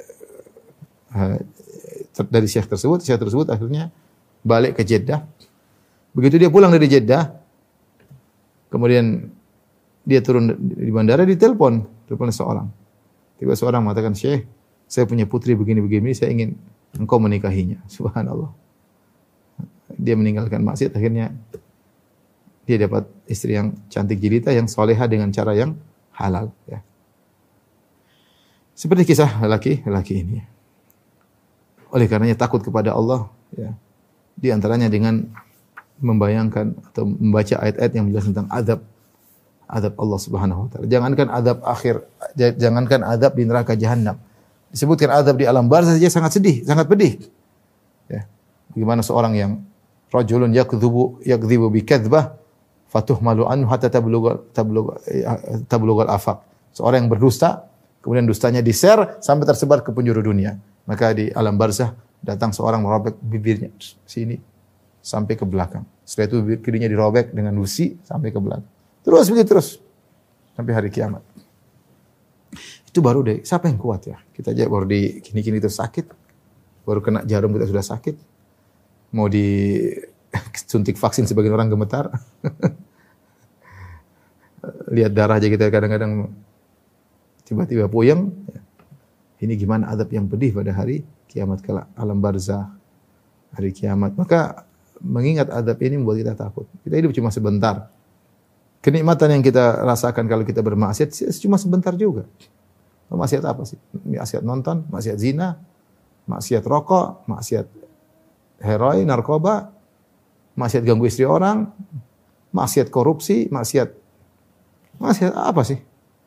dari syekh tersebut akhirnya balik ke Jeddah. Begitu dia pulang dari Jeddah, kemudian dia turun di bandara, telepon seorang. Tiba seorang mengatakan, "Syekh, saya punya putri begini-begini, saya ingin engkau menikahinya." Subhanallah. Dia meninggalkan maksiat, akhirnya dia dapat istri yang cantik jelita, yang soleha dengan cara yang halal. Ya. Seperti kisah laki ini. Oleh karenanya takut kepada Allah, ya. Di antaranya dengan membayangkan atau membaca ayat-ayat yang menjelaskan tentang azab Allah Subhanahu wa taala. Jangankan azab akhir, jangankan azab di neraka jahanam. Disebutkan azab di alam barzakh saja sangat sedih, sangat pedih. Ya. Bagaimana seorang yang rajulun yakdhibu bi kadzbah fatuhmalu anhu hatta tablugha al-afaq. Seorang yang berdusta, kemudian dustanya di-share sampai tersebar ke penjuru dunia. Maka di alam barzakh datang seorang merobek bibirnya sini sampai ke belakang. Setelah itu bibir kirinya dirobek dengan besi sampai ke belakang. Terus begitu terus sampai hari kiamat. Itu baru deh, siapa yang kuat ya? Kita aja baru di kini-kini terus sakit. Baru kena jarum kita sudah sakit. Mau disuntik vaksin sebagian orang gemetar. Lihat darah aja kita kadang-kadang tiba-tiba puyeng. Ya. Ini gimana azab yang pedih pada hari kiamat kelak, alam barzakh, hari kiamat. Maka mengingat azab ini membuat kita takut. Kita hidup cuma sebentar. Kenikmatan yang kita rasakan kalau kita bermaksiat cuma sebentar juga. Maksiat apa sih? Maksiat nonton, maksiat zina, maksiat rokok, maksiat heroin, narkoba, maksiat ganggu istri orang, maksiat korupsi, maksiat apa sih?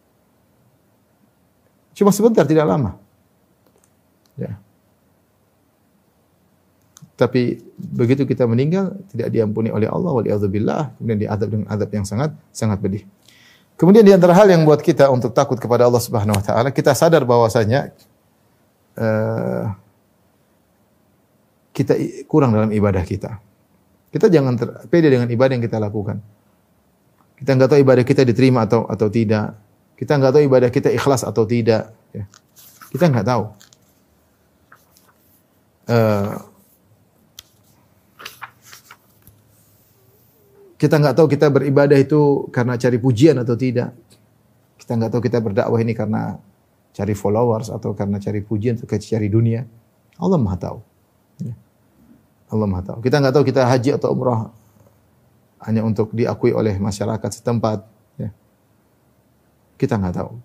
Cuma sebentar, tidak lama. Ya. Tapi begitu kita meninggal tidak diampuni oleh Allah, waliyadzubillah, kemudian diazab dengan azab yang sangat pedih. Kemudian di antara hal yang buat kita untuk takut kepada Allah Subhanahu wa taala, kita sadar bahwasanya kita kurang dalam ibadah kita. Kita jangan pede dengan ibadah yang kita lakukan. Kita enggak tahu ibadah kita diterima atau tidak. Kita enggak tahu ibadah kita ikhlas atau tidak. Ya. Kita enggak tahu. Kita enggak tahu kita beribadah itu karena cari pujian atau tidak. Kita enggak tahu kita berdakwah ini karena cari followers atau karena cari pujian atau cari dunia. Allah Maha tahu. Ya. Allah Maha tahu. Kita enggak tahu kita haji atau umrah hanya untuk diakui oleh masyarakat setempat. Ya. Kita enggak tahu.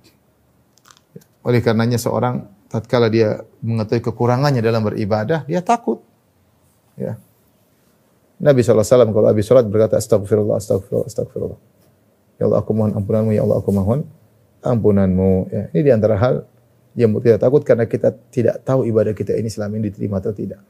Oleh karenanya seorang tatkala dia mengetahui kekurangannya dalam beribadah, dia takut. Ya. Nabi SAW kalau habis salat berkata astagfirullah, astagfirullah, astagfirullah. Ya Allah aku mohon ampunanmu, ya Allah aku mohon ampunanmu. Ya. Ini di antara hal yang membuat kita takut karena kita tidak tahu ibadah kita ini selama ini diterima atau tidak.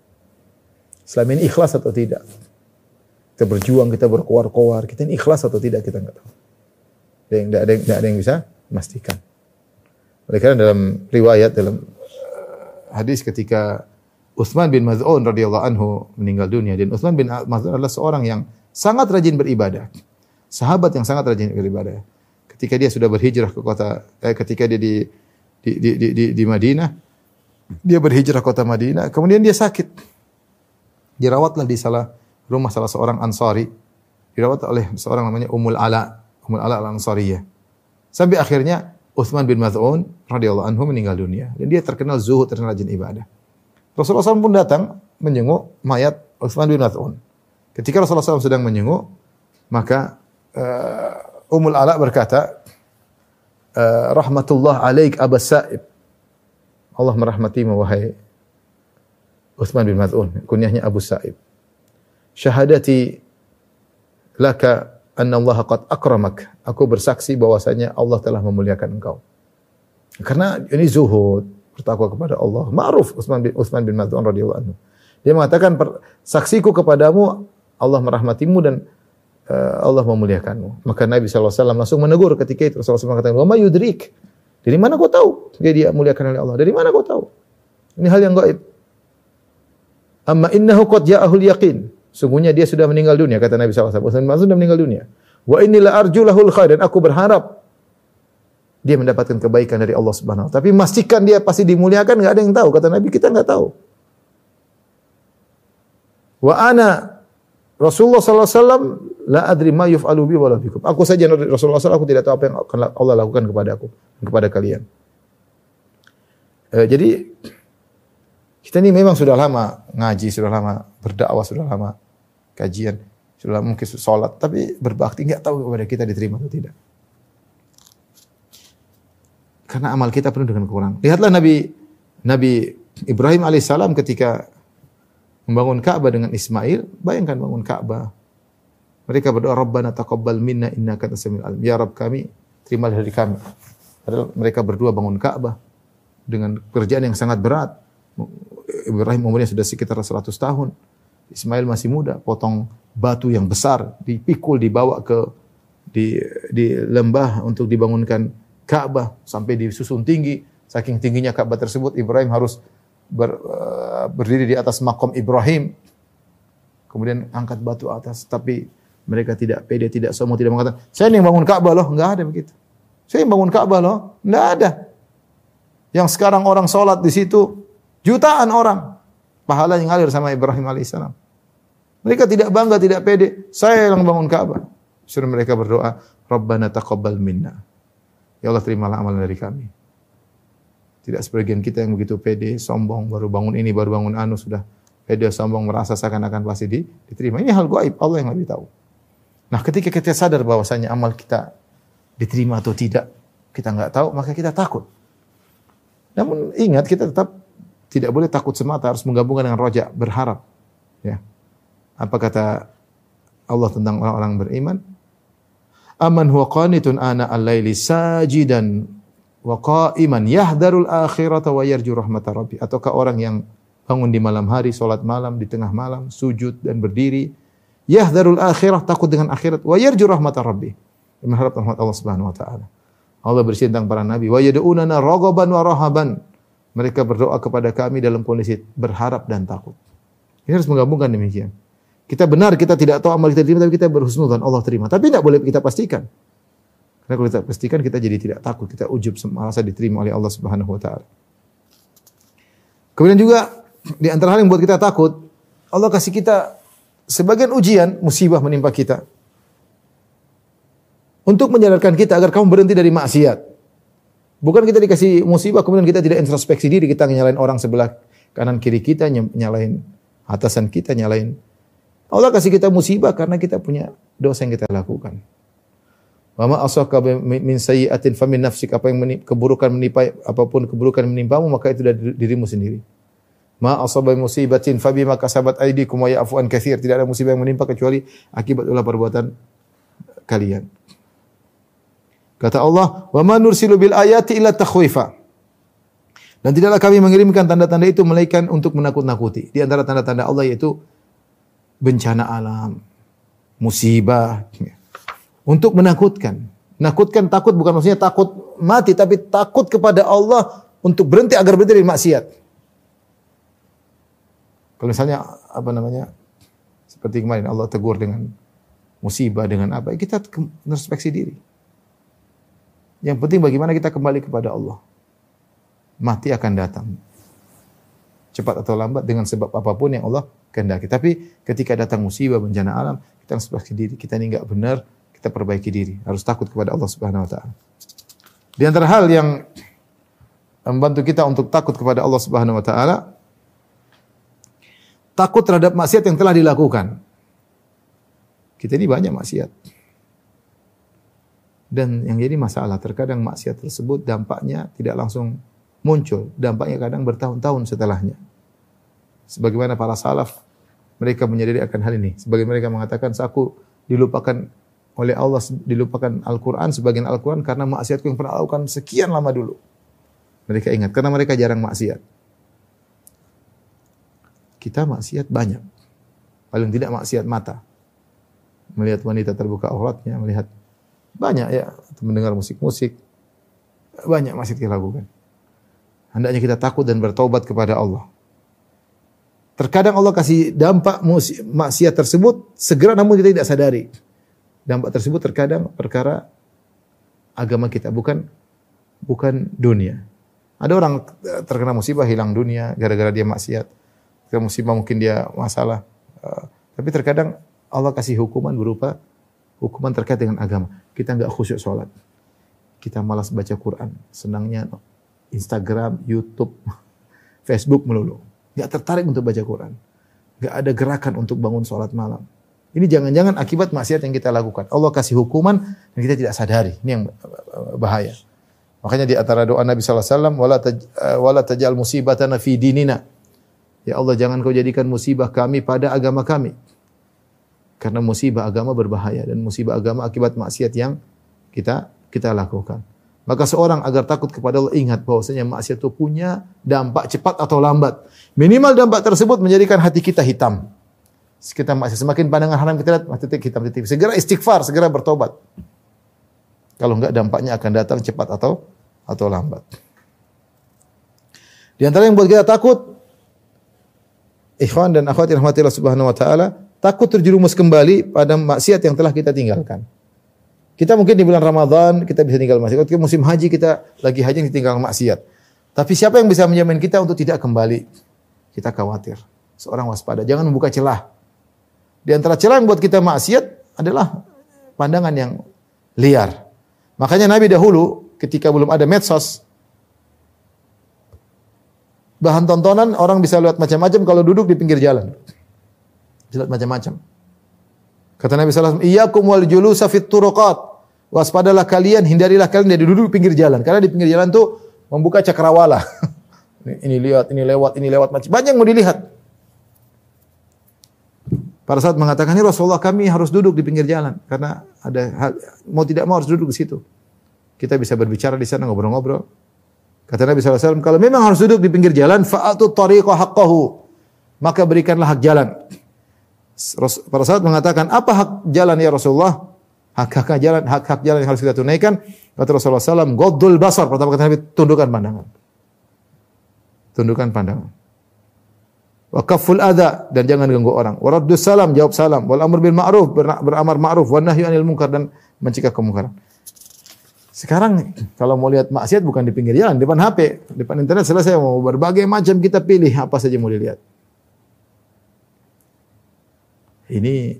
Selama ini ikhlas atau tidak. Kita berjuang, kita berkoar-koar, kita ini ikhlas atau tidak kita enggak tahu. Tidak ada yang bisa memastikan. Oleh karena dalam riwayat dalam hadis ketika Utsman bin Maz'un radhiyallahu anhu meninggal dunia, dan Utsman bin Maz'un adalah seorang yang sangat rajin beribadah. Sahabat yang sangat rajin beribadah. Ketika dia sudah berhijrah ke kota ketika dia di Madinah, dia berhijrah ke kota Madinah, kemudian dia sakit. Dirawatlah di rumah salah seorang Ansari. Dirawat oleh seorang namanya Ummul Ala Al-Ansariyah. Sampai akhirnya Utsman bin Maz'un radhiyallahu anhu meninggal dunia, dan dia terkenal zuhud, terkenal rajin ibadah. Rasulullah SAW pun datang menjenguk mayat Utsman bin Maz'un. Ketika Rasulullah SAW sedang menjenguk, maka Ummul Ala berkata, rahmatullah alaik Abas Sa'ib. Allah merahmatimu wahai Utsman bin Maz'un, kunyahnya Abu Sa'ib. Syahadati laka anna Allah qad akramak. Aku bersaksi bahwasanya Allah telah memuliakan engkau. Karena ini zuhud, bertakwa kepada Allah. Ma'ruf Utsman bin Maz'un radhiyallahu anhu. Dia mengatakan saksiku kepadamu Allah merahmatimu dan Allah memuliakanmu. Maka Nabi SAW langsung menegur ketika itu. Rasulullah SAW mengatakan, "Wa ma yudrik?" Dari mana kau tahu dia muliakan oleh Allah? Dari mana kau tahu? Ini hal yang gaib. Amma innahu qad ja'ahul yaqin. Sungguhnya dia sudah meninggal dunia, kata Nabi SAW. Utsman bin Maz'un sudah meninggal dunia. Wa inni la arju lahul khair, dan aku berharap dia mendapatkan kebaikan dari Allah Subhanahu wa taala. Tapi memastikan dia pasti dimuliakan enggak ada yang tahu. Kata Nabi, kita enggak tahu. Wa ana Rasulullah sallallahu alaihi wasallam la adri ma yuf'alu bi wa la bikum. Aku saja Rasulullah SAW, aku tidak tahu apa yang akan Allah lakukan kepada aku dan kepada kalian. Jadi kita ini memang sudah lama ngaji, sudah lama berdakwah, sudah lama kajian, sudah mungkin sholat, tapi berbakti enggak tahu kepada kita diterima atau tidak. Karena amal kita penuh dengan kekurangan. Lihatlah Nabi Ibrahim alaihissalam ketika membangun Ka'bah dengan Ismail, bayangkan bangun Ka'bah. Mereka berdoa, Rabbana taqabbal minna innaka antas samiul alim. Ya Rabb kami, terimalah dari kami. Padahal mereka berdua bangun Ka'bah dengan pekerjaan yang sangat berat. Ibrahim umurnya sudah sekitar 100 tahun. Ismail masih muda, potong batu yang besar, dipikul, dibawa di lembah untuk dibangunkan Ka'bah sampai disusun tinggi. Saking tingginya Ka'bah tersebut, Ibrahim harus berdiri di atas makom Ibrahim. Kemudian angkat batu atas, tapi mereka tidak pede, tidak sombong, tidak mengatakan, saya yang bangun Ka'bah loh, enggak ada begitu. Saya yang bangun Ka'bah loh, enggak ada. Yang sekarang orang sholat di situ jutaan orang, pahala yang ngalir sama Ibrahim alaihissalam. Mereka tidak bangga, tidak pede, saya yang bangun Ka'bah. Suruh mereka berdoa, Rabbana taqabbal minna. Ya Allah, terimalah amalan dari kami. Tidak sebagian kita yang begitu pede, sombong, baru bangun ini, baru bangun anu, sudah pede, sombong, merasa seakan-akan pasti diterima. Ini hal gaib, Allah yang lebih tahu. Nah, ketika kita sadar bahwasanya amal kita diterima atau tidak, kita nggak tahu, maka kita takut. Namun ingat, kita tetap tidak boleh takut semata, harus menggabungkan dengan roja, berharap. Ya. Apa kata Allah tentang orang-orang beriman? Aman huwa qanitun ana al-laili sajidan wa qa'iman yahdharul akhirata wa yarju rahmatar rabbi. Ataukah orang yang bangun di malam hari, salat malam, di tengah malam, sujud dan berdiri, yahdharul akhirah, takut dengan akhirat, wa yarju rahmatar rabbi, mengharap rahmat Allah Subhanahu wa taala. Allah bercerita tentang para nabi, wa yad'unana raghaban wa rahaban. Mereka berdoa kepada kami dalam kondisi berharap dan takut. Ini harus menggabungkan demikian. Kita benar, kita tidak tahu amal kita diterima, tapi kita berhusnudzon Allah terima. Tapi tidak boleh kita pastikan. Karena kalau kita pastikan, kita jadi tidak takut, kita ujub merasa diterima oleh Allah Subhanahu wa taala. Kemudian juga di antara hal yang buat kita takut, Allah kasih kita sebagian ujian, musibah menimpa kita. Untuk menyadarkan kita agar kamu berhenti dari maksiat. Bukan kita dikasih musibah kemudian kita tidak introspeksi diri, kita nyalain orang sebelah kanan kiri kita, nyalain atasan kita, nyalain. Allah kasih kita musibah karena kita punya dosa yang kita lakukan. Wa ma asaka min sayyi'atin famin nafsik, apa yang keburukan menimpa, apapun keburukan menimpamu maka itu dari dirimu sendiri. Ma asaba musibatin fabima kasabat aydikum wa ya'fu an katsir, tidak ada musibah yang menimpa kecuali akibat ulah perbuatan kalian. Kata Allah, "Wa ma nursilu bil ayati illa takhwifa." Dan tidaklah kami mengirimkan tanda-tanda itu melainkan untuk menakut-nakuti. Di antara tanda-tanda Allah yaitu bencana alam, musibah, untuk menakutkan. Nakutkan, takut bukan maksudnya takut mati, tapi takut kepada Allah untuk berhenti agar berhenti dari maksiat. Kalau misalnya seperti kemarin Allah tegur dengan musibah, dengan apa, kita introspeksi diri. Yang penting bagaimana kita kembali kepada Allah. Mati akan datang. Cepat atau lambat dengan sebab apapun yang Allah kehendaki. Tapi ketika datang musibah, bencana alam, kita introspeksi diri. Kita ini enggak benar, kita perbaiki diri. Harus takut kepada Allah Subhanahu wa taala. Di antara hal yang membantu kita untuk takut kepada Allah Subhanahu wa taala, takut terhadap maksiat yang telah dilakukan. Kita ini banyak maksiat. Dan yang jadi masalah, terkadang maksiat tersebut dampaknya tidak langsung muncul. Dampaknya kadang bertahun-tahun setelahnya. Sebagaimana para salaf, mereka menyadari akan hal ini. Sebagian mereka mengatakan, aku dilupakan oleh Allah, dilupakan Al-Quran, sebagian Al-Quran karena maksiatku yang pernah lakukan sekian lama dulu. Mereka ingat, karena mereka jarang maksiat. Kita maksiat banyak. Paling tidak maksiat mata. Melihat wanita terbuka auratnya, melihat banyak ya, mendengar musik-musik. Banyak maksiat kita lakukan. Hendaknya kita takut dan bertaubat kepada Allah. Terkadang Allah kasih dampak maksiat tersebut segera namun kita tidak sadari. Dampak tersebut terkadang perkara agama kita, bukan dunia. Ada orang terkena musibah hilang dunia gara-gara dia maksiat. Terkena musibah mungkin dia masalah. Tapi terkadang Allah kasih hukuman berupa hukuman terkait dengan agama. Kita enggak khusyuk salat. Kita malas baca Quran, senangnya Instagram, YouTube, Facebook melulu. Enggak tertarik untuk baca Quran. Enggak ada gerakan untuk bangun salat malam. Ini jangan-jangan akibat maksiat yang kita lakukan. Allah kasih hukuman dan kita tidak sadari. Ini yang bahaya. Makanya di antara doa Nabi sallallahu alaihi wasallam, wala taj'al musibatana fi dinina. Ya Allah, jangan kau jadikan musibah kami pada agama kami. Karena musibah agama berbahaya dan musibah agama akibat maksiat yang kita lakukan. Maka seorang agar takut kepada Allah ingat bahwasanya maksiat itu punya dampak cepat atau lambat. Minimal dampak tersebut menjadikan hati kita hitam. Kita maksiat, semakin pandangan haram kita lihat titik hitam titik. Segera istighfar, segera bertobat. Kalau enggak dampaknya akan datang cepat atau lambat. Di antara yang buat kita takut, ikhwan dan akhwat rahmatillah subhanahu wa taala, takut terjerumus kembali pada maksiat yang telah kita tinggalkan. Kita mungkin di bulan Ramadan kita bisa tinggal maksiat. Ketika musim haji kita lagi haji tinggal maksiat. Tapi siapa yang bisa menjamin kita untuk tidak kembali? Kita khawatir. Seorang waspada, jangan membuka celah. Di antara celah yang buat kita maksiat adalah pandangan yang liar. Makanya Nabi dahulu ketika belum ada medsos, bahan tontonan orang bisa lihat macam-macam kalau duduk di pinggir jalan. Bisa lihat macam-macam. Kata Nabi sallallahu alaihi wasallam, "Iyyakum wal julusa fit turuqat." Waspadalah kalian, hindarilah kalian dari duduk di pinggir jalan. Karena di pinggir jalan tuh membuka cakrawala. Ini lihat, ini lewat macam banyak yang mau dilihat. Para sahabat mengatakan, "Ya Rasulullah, kami harus duduk di pinggir jalan karena ada hal, mau tidak mau harus duduk di situ. Kita bisa berbicara di sana, ngobrol-ngobrol." Kata Nabi sallallahu alaihi wasallam, "Kalau memang harus duduk di pinggir jalan, fa'atu tariqa haqqahu." Maka berikanlah hak jalan. Para sahabat mengatakan, "Apa hak jalan ya Rasulullah?" Hak jalan yang harus kita tunaikan. Kata Rasulullah SAW, "Ghaddul basar." Pertama kata Nabi, tundukkan pandangan. Tundukkan pandangan. Wa kafful adza, dan jangan ganggu orang. Wa raddus salam, jawab salam. Wal amr bil ma'ruf, beramar ma'ruf. Wan nahyu anil munkar, dan mencegah kemungkaran. Sekarang kalau mau lihat maksiat bukan di pinggir jalan, depan HP, depan internet selesai, mau berbagai macam kita pilih apa saja mau dilihat. Ini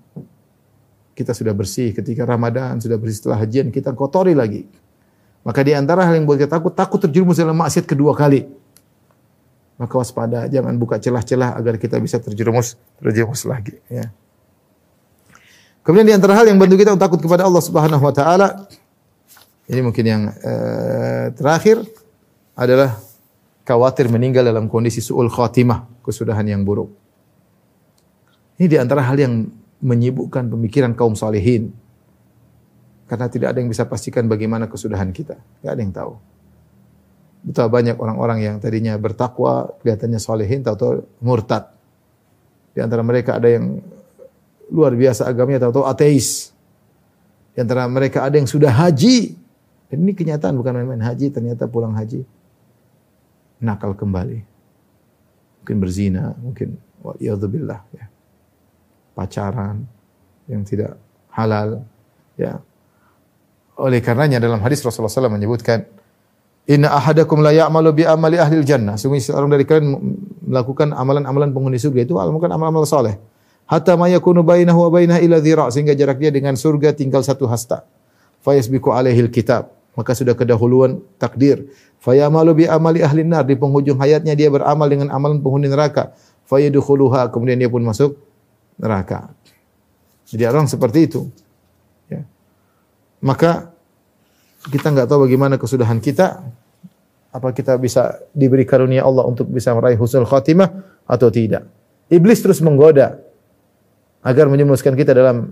kita sudah bersih ketika Ramadan, sudah bersih setelah hajian, kita kotori lagi. Maka di antara hal yang buat kita takut terjerumus dalam maksiat kedua kali. Maka waspada, jangan buka celah-celah agar kita bisa terjerumus lagi. Ya. Kemudian di antara hal yang bantu kita untuk takut kepada Allah Subhanahu Wa Taala, ini mungkin yang terakhir adalah khawatir meninggal dalam kondisi su'ul khatimah, kesudahan yang buruk. Ini di antara hal yang menyibukkan pemikiran kaum salihin. Karena tidak ada yang bisa pastikan bagaimana kesudahan kita. Tidak ada yang tahu. Betapa banyak orang-orang yang tadinya bertakwa, kelihatannya salihin, tahu-tahu murtad. Di antara mereka ada yang luar biasa agamanya, tahu-tahu ateis. Di antara mereka ada yang sudah haji. Dan ini kenyataan, bukan main-main haji, ternyata pulang haji nakal kembali. Mungkin berzina, mungkin wa'iyadzubillah, ya. Pacaran yang tidak halal, ya. Oleh karenanya dalam hadis Rasulullah SAW menyebutkan, "Inna ahadakum la ya'malu bi amali ahli jannah." Sungguh seorang dari kalian melakukan amalan-amalan penghuni surga, itu melakukan amal-amal saleh. Hatta ma yakunu bainahu wa bainaha illa dhira', sehingga jarak dia dengan surga tinggal 1 hasta. Fa yasbiqu alaihi alkitab, maka sudah kedahuluan takdir. Fa ya'malu bi amali ahli nar, di penghujung hayatnya dia beramal dengan amalan penghuni neraka. Fa yadkhuluha, kemudian dia pun masuk neraka. Jadi orang seperti itu. Ya. Maka kita enggak tahu bagaimana kesudahan kita. Apa kita bisa diberi karunia Allah untuk bisa meraih husnul khatimah atau tidak. Iblis terus menggoda agar menjerumuskan kita dalam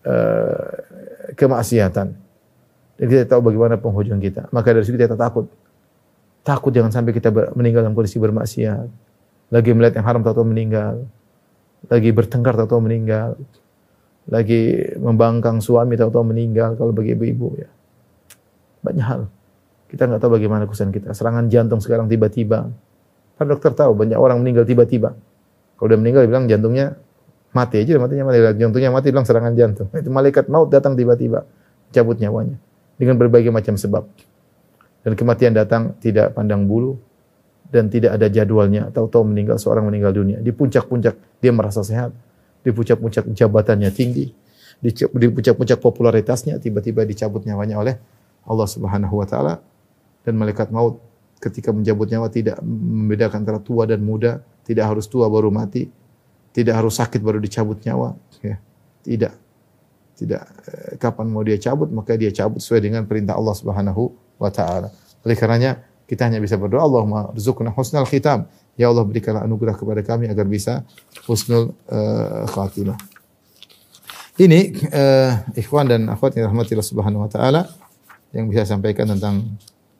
kemaksiatan. Dan kita tahu bagaimana penghujung kita. Maka dari situ kita takut. Takut jangan sampai kita meninggal dalam kondisi bermaksiat. Lagi melihat yang haram tahu-tahu meninggal. Lagi bertengkar tahu-tahu meninggal. Lagi membangkang suami tahu-tahu meninggal kalau bagi ibu-ibu, ya. Banyak hal. Kita enggak tahu bagaimana kesudahan kita. Serangan jantung sekarang tiba-tiba. Para dokter tahu banyak orang meninggal tiba-tiba. Kalau udah meninggal dibilang jantungnya mati aja, matinya mati. Jantungnya mati bilang serangan jantung. Itu malaikat maut datang tiba-tiba, cabut nyawanya dengan berbagai macam sebab. Dan kematian datang tidak pandang bulu dan tidak ada jadwalnya. Tahu-tahu meninggal, seorang meninggal dunia. Di puncak-puncak dia merasa sehat. Di puncak-puncak jabatannya tinggi. Di puncak-puncak popularitasnya tiba-tiba dicabut nyawanya oleh Allah Subhanahu wa taala. Dan malaikat maut ketika mencabut nyawa tidak membedakan antara tua dan muda, tidak harus tua baru mati, tidak harus sakit baru dicabut nyawa, ya. Tidak. Kapan mau dia cabut, maka dia cabut sesuai dengan perintah Allah Subhanahu wa taala. Oleh karenanya kita hanya bisa berdoa, Allahumma rzuqna husnal khitam. Ya Allah, berikanlah anugerah kepada kami agar bisa husnul khatimah. Ini ikhwan dan akhwat yang dirahmati Allah Subhanahu wa taala yang bisa sampaikan tentang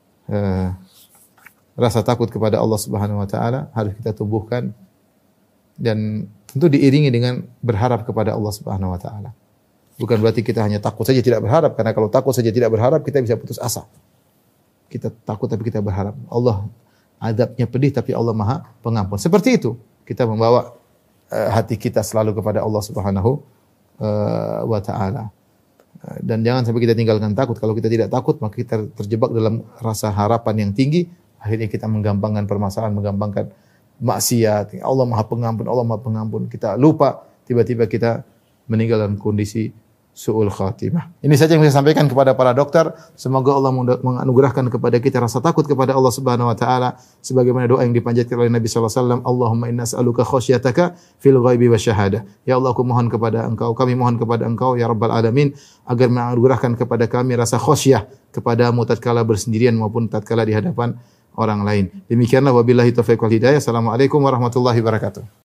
rasa takut kepada Allah Subhanahu wa taala harus kita tumbuhkan dan tentu diiringi dengan berharap kepada Allah Subhanahu wa taala. Bukan berarti kita hanya takut saja tidak berharap, karena kalau takut saja tidak berharap kita bisa putus asa. Kita takut tapi kita berharap. Allah azabnya pedih tapi Allah Maha Pengampun. Seperti itu kita membawa hati kita selalu kepada Allah Subhanahu wa taala. Dan jangan sampai kita tinggalkan takut. Kalau kita tidak takut maka kita terjebak dalam rasa harapan yang tinggi. Akhirnya kita menggampangkan permasalahan, menggampangkan maksiat. Allah Maha Pengampun, Allah Maha Pengampun. Kita lupa tiba-tiba kita meninggal dalam kondisi su'ul khatimah. Ini saja yang saya sampaikan kepada para dokter. Semoga Allah menganugerahkan kepada kita rasa takut kepada Allah Subhanahu wa taala sebagaimana doa yang dipanjatkan oleh Nabi sallallahu alaihi wasallam, Allahumma inna as'aluka khasyataka fil ghaibi wasyahadah. Ya Allah, aku mohon kepada Engkau, kami mohon kepada Engkau ya Rabbal alamin agar menganugerahkan kepada kami rasa khasyah kepadamu tatkala bersendirian maupun tatkala di hadapan orang lain. Demikianlah wabillahi taufiq wal hidayah. Assalamualaikum warahmatullahi wabarakatuh.